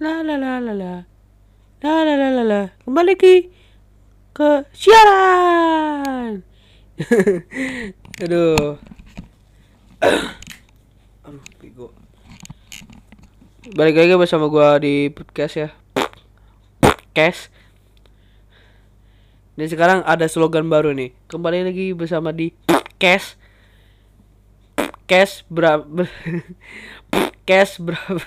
La la la la la. La la la la la. Kembali lagi ke siaran. Aduh. Aduh, bego. Balik lagi bersama gua di podcast ya. Podcast. Dan sekarang ada slogan baru nih. Kembali lagi bersama di podcast. Podcast berapa? Podcast berapa?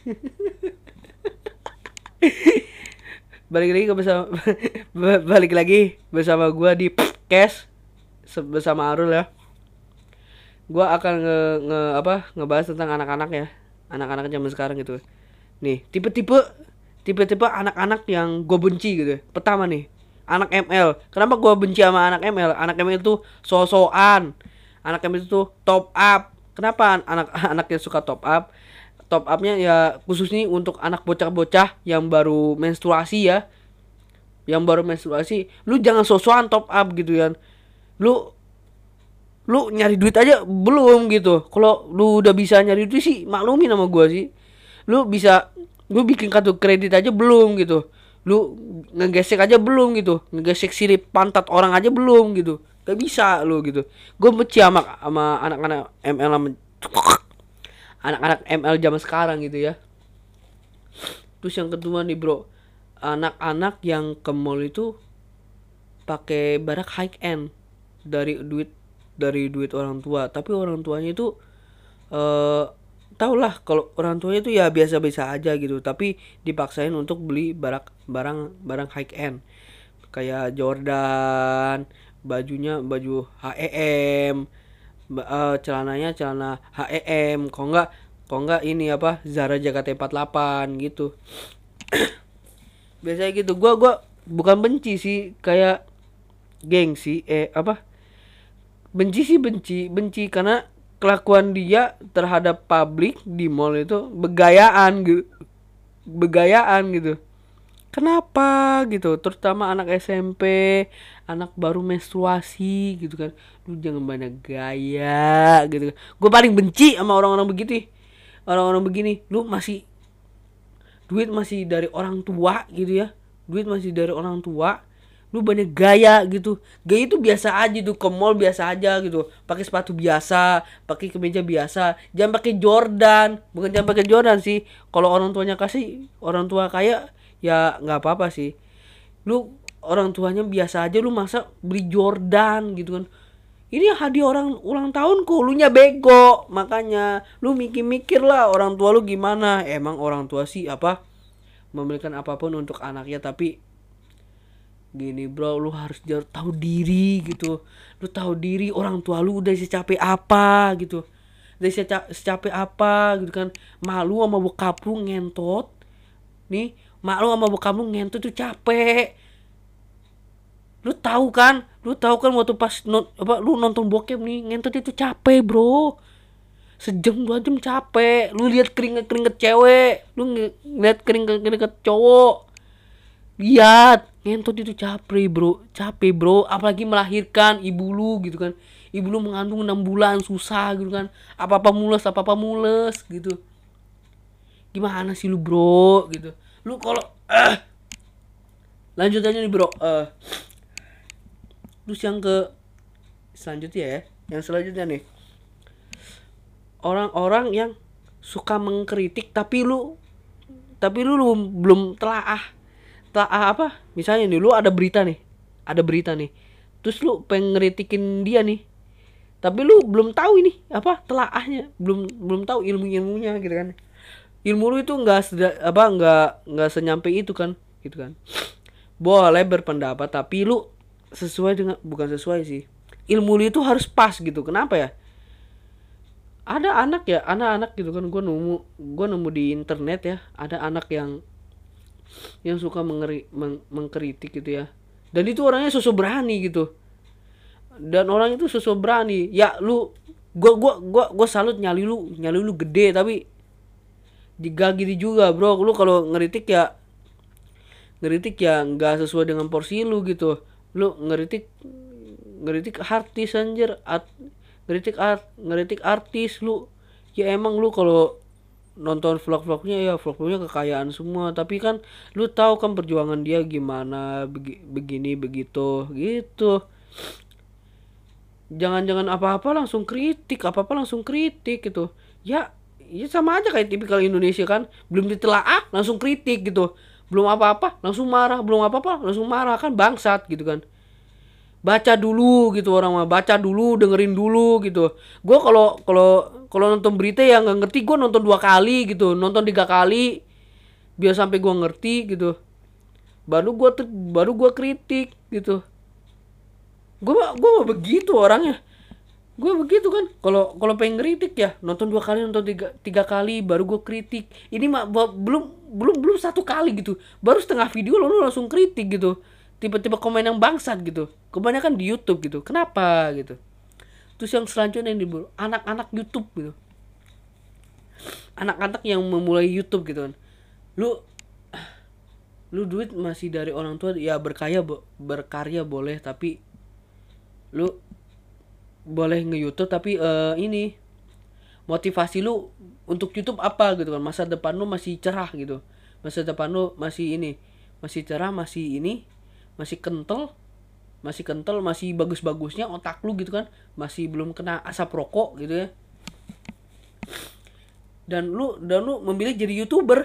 Balik lagi bersama gua di podcast bersama Arul ya. Gua akan ngebahas tentang anak-anak ya. Anak-anak zaman sekarang gitu. Nih, tipe-tipe anak-anak yang gue benci gitu. Pertama nih, anak ML. Kenapa gue benci sama anak ML? Anak ML itu so-soan. Anak ML itu top up. Kenapa anak-anak yang suka top up? Top upnya ya khususnya untuk anak bocah-bocah yang baru menstruasi ya. Yang baru menstruasi, lu jangan so-soan top up gitu kan. Lu lu nyari duit aja belum gitu. Kalau lu udah bisa nyari duit sih maklumin sama gua sih. Lu bikin kartu kredit aja belum gitu. Lu ngegesek aja belum gitu. Ngegesek sirip pantat orang aja belum gitu. Gak bisa lu gitu. Gue benci sama anak-anak ML anak-anak ML zaman sekarang gitu ya. Terus yang kedua nih bro, anak-anak yang ke mall itu pakai barang high end dari duit orang tua, tapi orang tuanya itu eh tau lah kalau orang tuanya itu ya biasa-biasa aja gitu, tapi dipaksain untuk beli barang high end kayak Jordan, bajunya baju H&M, celananya celana H&M, kok enggak ini apa Zara Jakarta 48 gitu. Biasanya gitu. Gua bukan benci sih, kayak gengsi benci sih, benci karena kelakuan dia terhadap publik di mall itu begayaan gitu. Kenapa gitu, terutama anak SMP, anak baru menstruasi gitu kan. Lu jangan banyak gaya gitu kan. Gue paling benci sama orang-orang begitu. Orang-orang begini, lu masih duit masih dari orang tua gitu ya. Duit masih dari orang tua, lu banyak gaya gitu. Gaya itu biasa aja tuh, ke mall biasa aja gitu, pakai sepatu biasa, pakai kemeja biasa, jangan pakai Jordan. Bukan jangan pakai Jordan sih, kalau orang tuanya kasih, orang tua kaya ya nggak apa-apa sih. Lu orang tuanya biasa aja, lu masa beli Jordan gitu kan. Ini hadiah orang ulang tahun kok, lu nya bego. Makanya lu mikir-mikir lah orang tua lu gimana. Emang orang tua sih memberikan apapun untuk anaknya, tapi gini bro, lu harus tahu diri gitu. Lu tahu diri orang tua lu udah secapek apa gitu, udah secapek apa gitu kan. Malu sama bokap lu ngentot nih, malu sama bokap lu ngentot tuh capek. Lu tahu kan waktu pas lu nonton bokep nih ngentot itu capek bro. Sejam 2 jam capek. Lu lihat keringet cewek, lu ngeliat keringet cowok, lihat ngentot itu capek bro. Apalagi melahirkan ibu lu gitu kan. Ibu lu mengandung 6 bulan susah gitu kan. Apa-apa mules gitu. Gimana sih lu bro gitu. Lu kalau lanjut aja nih bro. Terus yang selanjutnya ya. Yang selanjutnya nih, orang-orang yang suka mengkritik tapi lu belum telaah apa, misalnya nih lu ada berita nih, terus lu pengen ngeritikin dia nih, tapi lu belum tahu ini apa telaahnya, belum tahu ilmunya gitu kan. Ilmu lu itu nggak senyampe itu kan gitu kan. Boleh berpendapat, tapi lu sesuai dengan, bukan sesuai sih, ilmu lu itu harus pas gitu. Kenapa ya, ada anak-anak gitu kan, gue nemu di internet ya, ada anak yang suka mengkritik gitu ya, dan itu orangnya sosok berani gitu, dan orang itu sosok berani ya. Gue salut, nyali lu gede, tapi digagiri juga bro. Lu kalau ngeritik ya nggak sesuai dengan porsi lu gitu. Lu ngeritik artis anjir, ngeritik artis lu. Ya emang lu kalau nonton vlog-vlognya, ya vlog-vlognya kekayaan semua, tapi kan lu tahu kan perjuangan dia gimana, begini begitu gitu. Jangan-jangan apa-apa langsung kritik, apa-apa langsung kritik gitu. Ya, ya sama aja kayak tipikal Indonesia kan, belum ditelaah langsung kritik gitu. Belum apa-apa langsung marah, belum apa-apa langsung marah, kan bangsat gitu kan. Baca dulu gitu, orang mah baca dulu, dengerin dulu gitu. Gue kalau kalau kalau nonton berita yang nggak ngerti, gue nonton 2 kali gitu, nonton 3 kali biar sampai gue ngerti gitu. Baru gue kritik gitu. Gue begitu orangnya. Gue begitu kan. Kalau kalau pengen kritik ya nonton 2 kali, nonton tiga kali baru gue kritik. Ini mah belum 1 kali gitu. Baru setengah video lo langsung kritik gitu. Tiba-tiba komen yang bangsat gitu. Kebanyakan di YouTube gitu. Kenapa gitu? Terus yang selanjutnya yang diburu anak-anak YouTube gitu. Anak-anak yang memulai YouTube gitu kan. Lu lu duit masih dari orang tua ya, berkarya boleh, tapi lu boleh nge-YouTube tapi ini motivasi lu untuk YouTube apa gitu kan, masa depan lu masih cerah gitu, masa depan lu masih ini, masih cerah, masih ini, masih kental, masih bagus-bagusnya otak lu gitu kan, masih belum kena asap rokok gitu ya, dan lu memilih jadi YouTuber.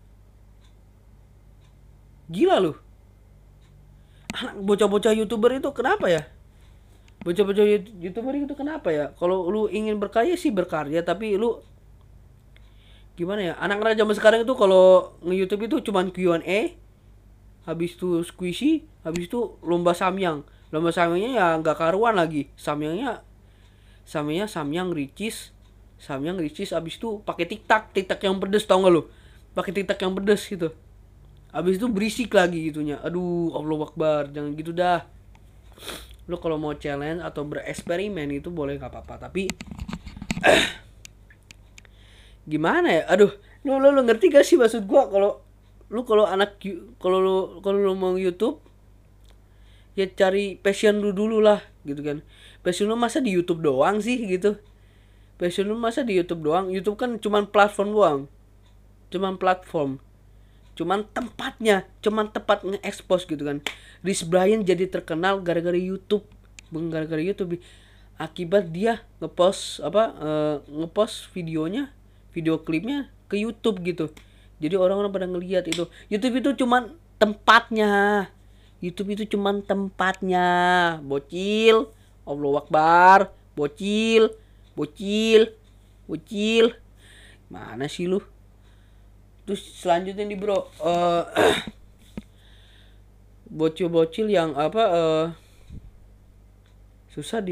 Gila lu, anak bocah-bocah YouTuber itu kenapa ya, bocah-bocah YouTuber itu kenapa ya, kalau lu ingin berkarya sih berkarya, tapi lu gimana ya, anak-anak zaman sekarang itu kalau nge-YouTube itu cuman Q&A, habis itu squishy, habis itu lomba samyangnya ya nggak karuan lagi, samyangnya samyang ricis, habis itu pakai tiktak yang pedes, tau nggak lu, pakai tiktak yang pedes gitu, habis itu berisik lagi gitunya, aduh Allah Akbar, jangan gitu dah. Lu kalau mau challenge atau bereksperimen itu boleh nggak apa-apa, tapi gimana ya, aduh, lu ngerti gak sih maksud gua, kalau lu kalau lu mau YouTube ya cari passion lu dulu lah gitu kan. Passion lu masa di YouTube doang sih gitu, passion lu masa di YouTube doang. YouTube kan cuman platform doang, cuman platform, cuman tempat nge-expose gitu kan. Chris Brian jadi terkenal gara-gara YouTube, bukan gara-gara YouTube, akibat dia ngepost video klipnya ke YouTube gitu. Jadi orang-orang pada ngelihat itu. YouTube itu cuman tempatnya. YouTube itu cuman tempatnya. Bocil. Allahu Akbar. Bocil. Bocil. Bocil. Mana sih lu? Terus selanjutnya nih bro, bocil-bocil yang susah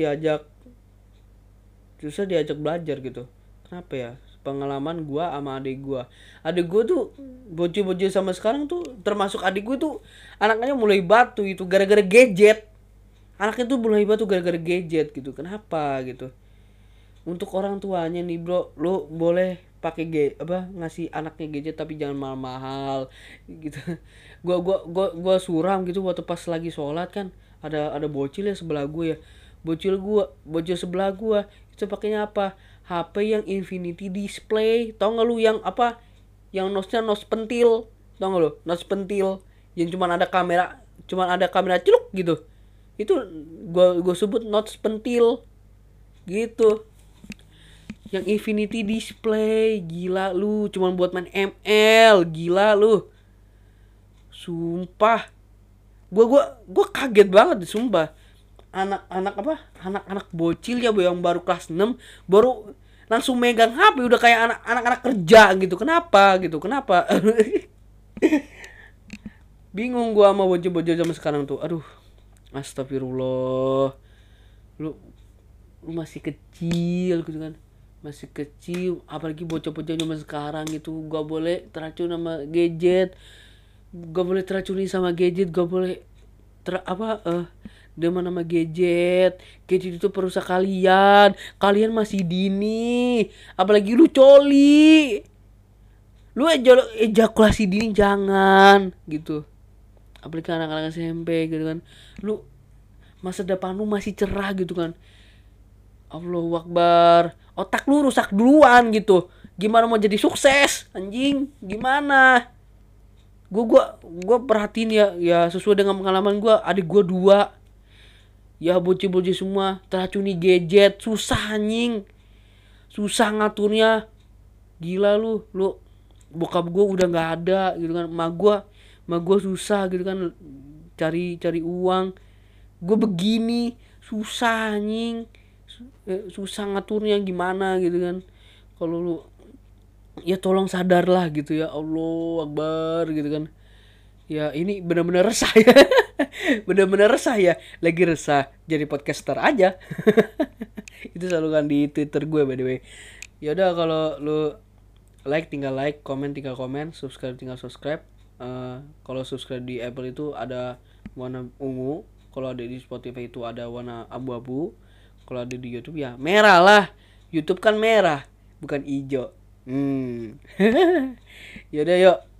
diajak belajar gitu. Kenapa ya? Pengalaman gua sama adik gua tuh bocil-bocil sama sekarang tuh, termasuk adik gua tuh anaknya mulai batu itu gara-gara gadget. Anaknya tuh mulai batu gara-gara gadget gitu. Kenapa gitu? Untuk orang tuanya nih bro, lo boleh pakai ngasih anaknya gadget tapi jangan mahal-mahal gitu. Gua suram gitu waktu pas lagi sholat kan, ada bocil ya sebelah gue ya, bocil sebelah gua itu pakainya apa, HP yang Infinity Display, tau nggak lu, yang apa, yang nos pentil, tau nggak lu, nos pentil yang cuman ada kamera celuk gitu, itu gua sebut nos pentil gitu, yang Infinity Display. Gila lu, cuman buat main ML, gila lu, sumpah. Gua kaget banget sumpah. Anak-anak bocil ya yang baru kelas 6 baru langsung megang HP udah kayak anak-anak kerja gitu. Kenapa bingung gua sama bocil-bocil zaman sekarang tuh. Aduh, astagfirullah. Lu masih kecil gitu kan, masih kecil, apalagi bocah-bocah zaman sekarang itu gak boleh teracun sama gadget, gak boleh demen sama gadget itu perusak kalian masih dini, apalagi lu coli, lu ejakulasi dini jangan gitu, apalagi anak-anak SMP gitu kan, lu masa depan lu masih cerah gitu kan. Allahu Akbar, otak lu rusak duluan gitu. Gimana mau jadi sukses anjing, gimana? Gue perhatiin ya sesuai dengan pengalaman gue, adik gue 2 ya bocil-bocil semua teracuni gadget, susah anjing, susah ngaturnya. Gila lu bokap gue udah nggak ada gitu kan, mak gue susah gitu kan, cari uang. Gue begini susah anjing, susah ngaturnya gimana gitu kan. Kalau lu ya tolong sadarlah gitu ya, Allah Akbar gitu kan. Ya ini benar-benar resah ya. Benar-benar resah ya, lagi resah jadi podcaster aja. Itu selalu kan di Twitter gue by the way. Ya udah, kalau lu tinggal like, komen tinggal komen, subscribe tinggal subscribe. Kalau subscribe di Apple itu ada warna ungu, kalau ada di Spotify itu ada warna abu-abu, kalau ada di YouTube ya merah lah. YouTube kan merah bukan hijau. Yaudah yuk,